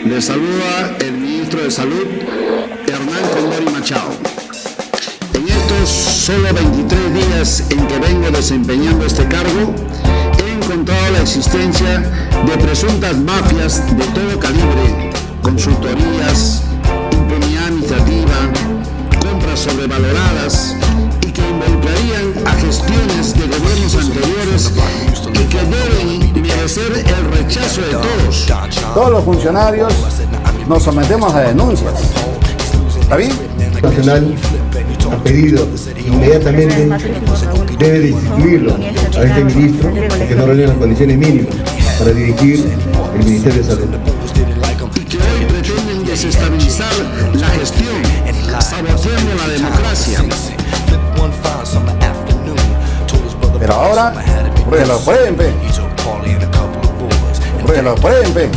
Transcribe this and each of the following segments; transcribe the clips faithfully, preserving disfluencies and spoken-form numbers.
Les saluda el ministro de Salud, Hernán Condori Machado. En estos solo veintitrés días en que vengo desempeñando este cargo, he encontrado la existencia de presuntas mafias de todo calibre, consultorías, impunidad administrativa, compras sobrevaloradas y que involucrarían a gestiones de gobiernos anteriores y que deben merecer el rechazo de todos. Todos los funcionarios nos sometemos a denuncias. ¿Está bien? Nacional ha pedido inmediatamente debe destituirlo a este ministro porque no reúne las condiciones mínimas para dirigir el Ministerio de Salud. Y que hoy pretenden desestabilizar la gestión, saboteando la democracia. Pero ahora, porque lo pueden, pe. Porque lo pueden, pe.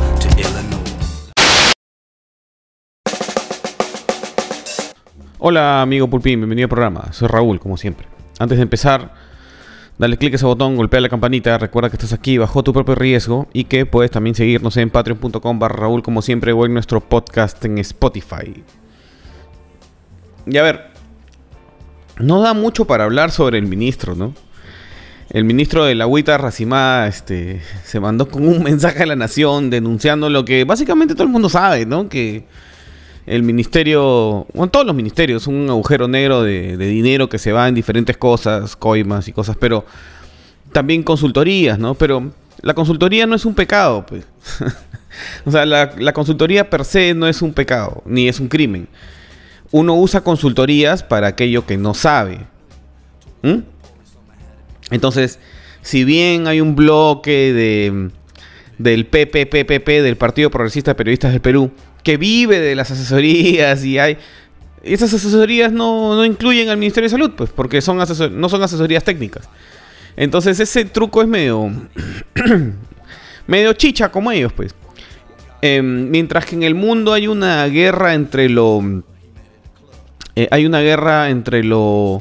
Hola amigo Pulpín, bienvenido al programa. Soy Raúl, como siempre. Antes de empezar, dale click a ese botón, golpea la campanita. Recuerda que estás aquí bajo tu propio riesgo y que puedes también seguirnos en patreon punto com barra Raúl, como siempre, o en nuestro podcast en Spotify. Y a ver, no da mucho para hablar sobre el ministro, ¿no? El ministro de la agüita racimada este, se mandó con un mensaje a la nación denunciando lo que básicamente todo el mundo sabe, ¿no? Que el ministerio, bueno, todos los ministerios son un agujero negro de, de dinero que se va en diferentes cosas, coimas y cosas, pero también consultorías, ¿no? Pero la consultoría no es un pecado, pues. O sea, la, la consultoría per se no es un pecado, ni es un crimen. Uno usa consultorías para aquello que no sabe. ¿Mm? Entonces, si bien hay un bloque de del P P P P P, del Partido Progresista de Periodistas del Perú, que vive de las asesorías, y hay esas asesorías no, no incluyen al Ministerio de Salud, pues, porque son asesor, no son asesorías técnicas. Entonces ese truco es medio medio chicha como ellos, pues. Eh, mientras que en el mundo hay una guerra entre lo eh, hay una guerra entre lo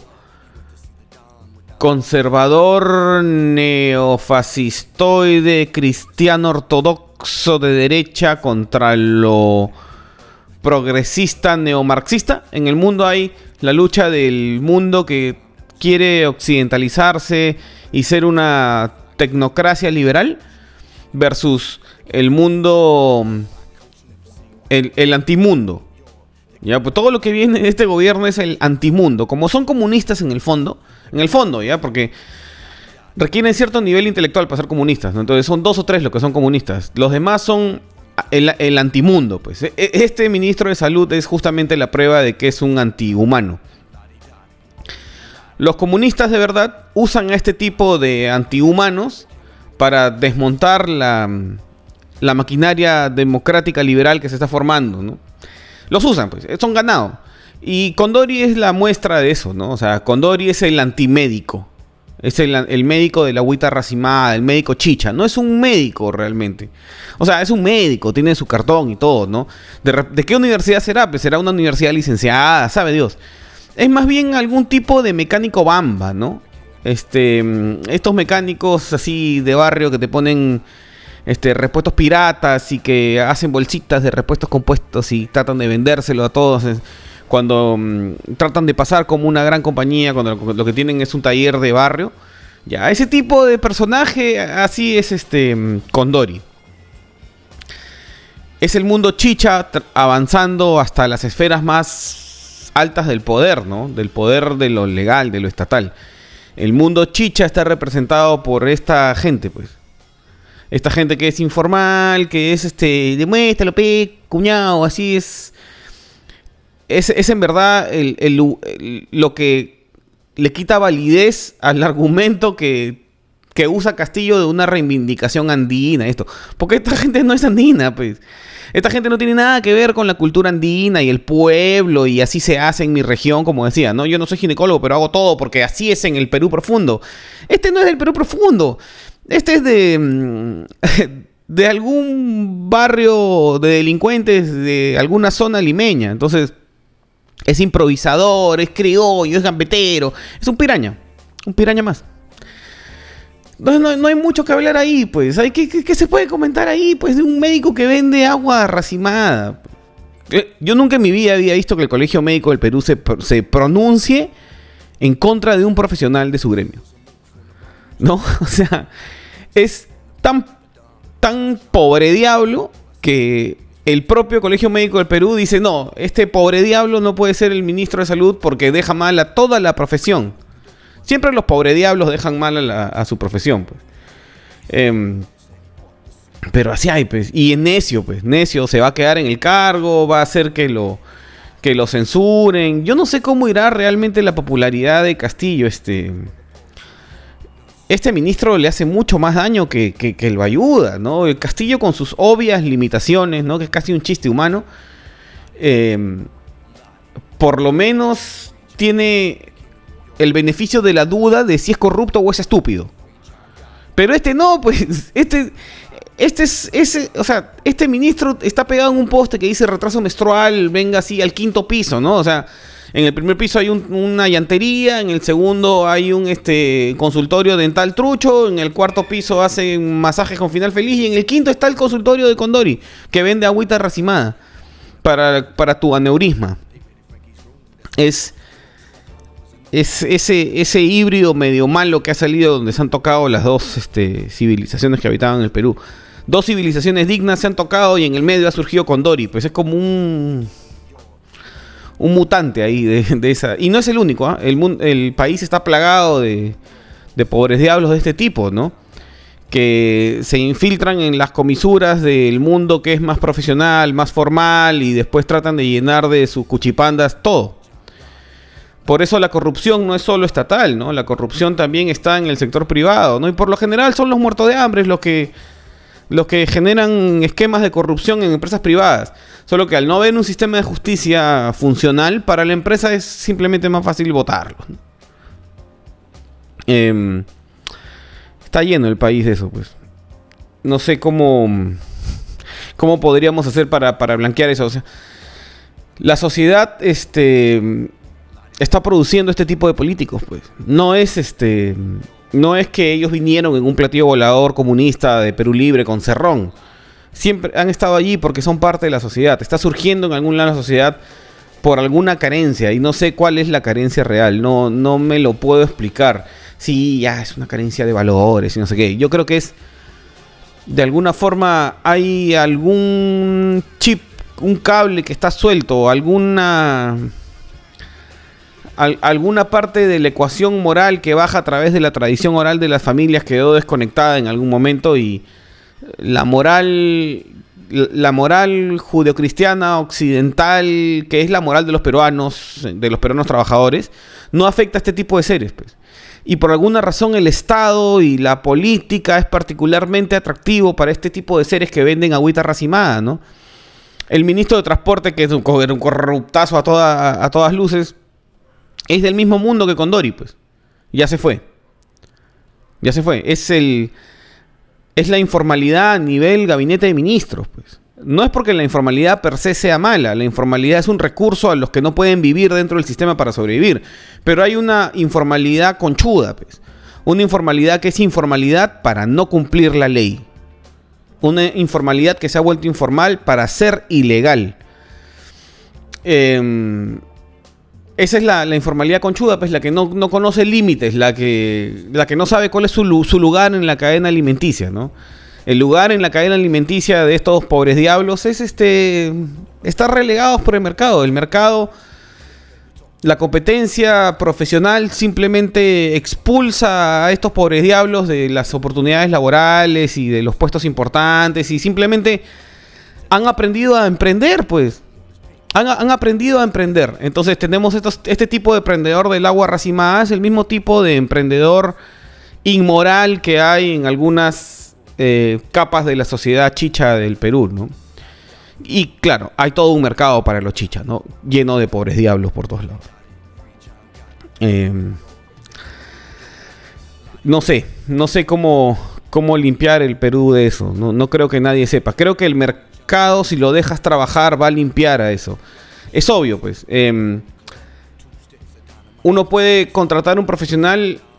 conservador, neofascistoide, cristiano ortodoxo de derecha contra lo progresista neomarxista. En el mundo hay la lucha del mundo que quiere occidentalizarse y ser una tecnocracia liberal versus el mundo, el, el antimundo. Ya, pues todo lo que viene de este gobierno es el antimundo. Como son comunistas en el fondo, en el fondo, ya, porque requieren cierto nivel intelectual para ser comunistas, ¿no? Entonces son dos o tres los que son comunistas. Los demás son el, el antimundo, pues. Este ministro de Salud es justamente la prueba de que es un antihumano. Los comunistas de verdad usan a este tipo de antihumanos para desmontar la, la maquinaria democrática liberal que se está formando, ¿no? Los usan, pues, son ganados. Y Condori es la muestra de eso, ¿no? O sea, Condori es el antimédico. Es el, el médico de la agüita racimada, el médico chicha. No es un médico realmente. O sea, es un médico, tiene su cartón y todo, ¿no? ¿De, de qué universidad será? Pues será una universidad licenciada, sabe Dios. Es más bien algún tipo de mecánico bamba, ¿no? Este, estos mecánicos así de barrio que te ponen Este, repuestos piratas y que hacen bolsitas de repuestos compuestos y tratan de vendérselo a todos cuando um, tratan de pasar como una gran compañía, cuando lo, lo que tienen es un taller de barrio. Ya, ese tipo de personaje así es este um, Condori. Es el mundo chicha avanzando hasta las esferas más altas del poder, ¿no? Del poder de lo legal, de lo estatal. El mundo chicha está representado por esta gente, pues. Esta gente que es informal, que es este, demuéstralo, pe, cuñado, así es. Es, es en verdad el, el, el, lo que le quita validez al argumento que, que usa Castillo de una reivindicación andina, esto. Porque esta gente no es andina, pues. Esta gente no tiene nada que ver con la cultura andina y el pueblo, y así se hace en mi región, como decía, ¿no? Yo no soy ginecólogo, pero hago todo porque así es en el Perú profundo. Este no es del Perú profundo. Este es de, de algún barrio de delincuentes de alguna zona limeña. Entonces, es improvisador, es criollo, es gambetero. Es un piraña. Un piraña más. No, no, no hay mucho que hablar ahí, pues. ¿Hay qué, qué, qué se puede comentar ahí? Pues de un médico que vende agua racimada. Yo nunca en mi vida había visto que el Colegio Médico del Perú se, se pronuncie en contra de un profesional de su gremio. ¿No? O sea, es tan, tan pobre diablo que el propio Colegio Médico del Perú dice, no, este pobre diablo no puede ser el ministro de Salud porque deja mal a toda la profesión. Siempre los pobres diablos dejan mal a, la, a su profesión, pues. Eh, pero así hay, pues. Y es necio, pues. Necio, se va a quedar en el cargo, va a hacer que lo, que lo censuren. Yo no sé cómo irá realmente la popularidad de Castillo. Este, este ministro le hace mucho más daño que, que, que lo ayuda, ¿no? El Castillo con sus obvias limitaciones, ¿no? Que es casi un chiste humano. Eh, por lo menos tiene el beneficio de la duda de si es corrupto o es estúpido. Pero este no, pues, este, este es, ese, o sea, este ministro está pegado en un poste que dice retraso menstrual, venga así al quinto piso, ¿no? O sea, en el primer piso hay un, una llantería, en el segundo hay un este consultorio dental trucho, en el cuarto piso hacen masajes con final feliz y en el quinto está el consultorio de Condori, que vende agüita racimada para, para tu aneurisma. Es... Es ese, ese híbrido medio malo que ha salido donde se han tocado las dos este, civilizaciones que habitaban en el Perú. Dos civilizaciones dignas se han tocado y en el medio ha surgido Condori. Pues es como un un mutante ahí de, de esa. Y no es el único, ¿eh? el, el país está plagado de, de pobres diablos de este tipo, ¿no? Que se infiltran en las comisuras del mundo que es más profesional, más formal y después tratan de llenar de sus cuchipandas todo. Por eso la corrupción no es solo estatal, ¿no? La corrupción también está en el sector privado, ¿no? Y por lo general son los muertos de hambre los que, los que generan esquemas de corrupción en empresas privadas. Solo que al no haber un sistema de justicia funcional, para la empresa es simplemente más fácil votarlo, ¿no? Eh, está lleno el país de eso, pues. No sé cómo, cómo podríamos hacer para, para blanquear eso. O sea, la sociedad, este... está produciendo este tipo de políticos, pues. No es este, no es que ellos vinieron en un platillo volador comunista de Perú Libre con Cerrón. Siempre han estado allí porque son parte de la sociedad. Está surgiendo en algún lado de la sociedad por alguna carencia y no sé cuál es la carencia real. No, no me lo puedo explicar. Sí, ya es una carencia de valores y no sé qué. Yo creo que es, de alguna forma, hay algún chip, un cable que está suelto, alguna... Al, alguna parte de la ecuación moral que baja a través de la tradición oral de las familias quedó desconectada en algún momento y la moral la moral judeocristiana occidental, que es la moral de los peruanos, de los peruanos trabajadores, no afecta a este tipo de seres, pues. Y por alguna razón el Estado y la política es particularmente atractivo para este tipo de seres que venden agüita racimada, ¿no? El ministro de Transporte, que es un, era un corruptazo a, toda, a todas luces, es del mismo mundo que Condori, pues. Ya se fue. Ya se fue. Es el... Es la informalidad a nivel gabinete de ministros, pues. No es porque la informalidad per se sea mala. La informalidad es un recurso a los que no pueden vivir dentro del sistema para sobrevivir. Pero hay una informalidad conchuda, pues. Una informalidad que es informalidad para no cumplir la ley. Una informalidad que se ha vuelto informal para ser ilegal. Eh... Esa es la, la informalidad conchuda, pues, la que no, no conoce límites, la que, la que no sabe cuál es su, su lugar en la cadena alimenticia, ¿no? El lugar en la cadena alimenticia de estos pobres diablos es este... estar relegados por el mercado. El mercado, la competencia profesional simplemente expulsa a estos pobres diablos de las oportunidades laborales y de los puestos importantes y simplemente han aprendido a emprender, pues. Han, han aprendido a emprender. Entonces tenemos estos, este tipo de emprendedor del agua racimada. Es el mismo tipo de emprendedor inmoral que hay en algunas eh, capas de la sociedad chicha del Perú, ¿no? Y claro, hay todo un mercado para los chichas, ¿no? Lleno de pobres diablos por todos lados. Eh, no sé, no sé cómo, cómo limpiar el Perú de eso. No, no creo que nadie sepa. Creo que el mercado, si lo dejas trabajar, va a limpiar a eso. Es obvio, pues. Eh, uno puede contratar un profesional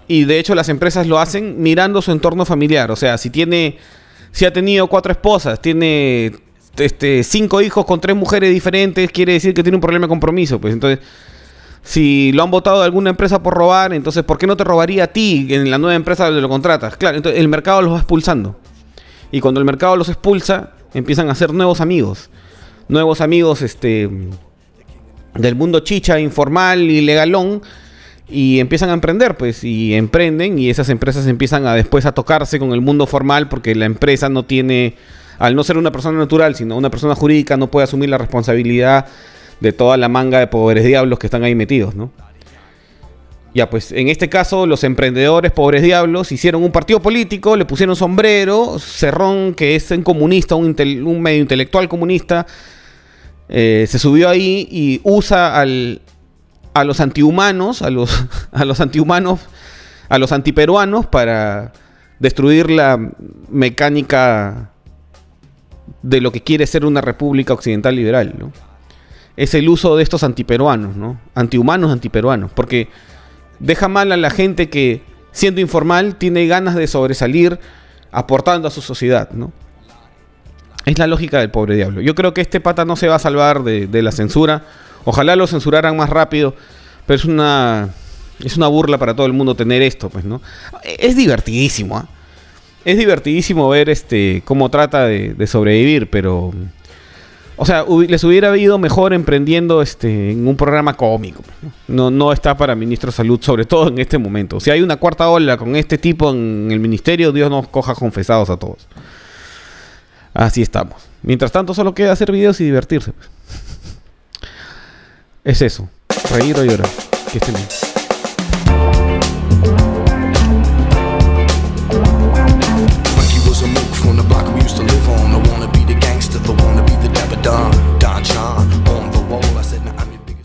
Y de hecho las empresas lo hacen mirando su entorno familiar. O sea, si tiene, si ha tenido cuatro esposas, tiene este, cinco hijos con tres mujeres diferentes, quiere decir que tiene un problema de compromiso. Pues entonces, si lo han votado de alguna empresa por robar, entonces ¿por qué no te robaría a ti en la nueva empresa donde lo contratas? Claro, entonces el mercado los va expulsando. Y cuando el mercado los expulsa, empiezan a hacer nuevos amigos. Nuevos amigos este, del mundo chicha, informal y legalón. Y empiezan a emprender, pues, y emprenden, y esas empresas empiezan a después a tocarse con el mundo formal, porque la empresa no tiene, al no ser una persona natural, sino una persona jurídica, no puede asumir la responsabilidad de toda la manga de pobres diablos que están ahí metidos, ¿no? Ya, pues, en este caso, los emprendedores pobres diablos hicieron un partido político, le pusieron sombrero, Cerrón, que es un comunista, un, intel, un medio intelectual comunista, eh, se subió ahí y usa al... a los antihumanos, a los, a los antihumanos, a los antiperuanos para destruir la mecánica de lo que quiere ser una república occidental liberal, ¿no? Es el uso de estos antiperuanos, ¿no? Antihumanos, antiperuanos, porque deja mal a la gente que, siendo informal, tiene ganas de sobresalir aportando a su sociedad, ¿no? Es la lógica del pobre diablo. Yo creo que este pata no se va a salvar de, de la censura. Ojalá lo censuraran más rápido, pero es una es una burla para todo el mundo tener esto, pues, ¿no? Es divertidísimo, ¿eh? Es divertidísimo ver este cómo trata de, de sobrevivir, pero... O sea, hubi- les hubiera ido mejor emprendiendo este en un programa cómico, pues, ¿no? No, no está para ministro de salud, sobre todo en este momento. Si hay una cuarta ola con este tipo en el ministerio, Dios nos coja confesados a todos. Así estamos. Mientras tanto, solo queda hacer videos y divertirse, pues. Es eso, reír o llorar. Que estén bien. Frankie was a milk from the block we used to live on. I wanna be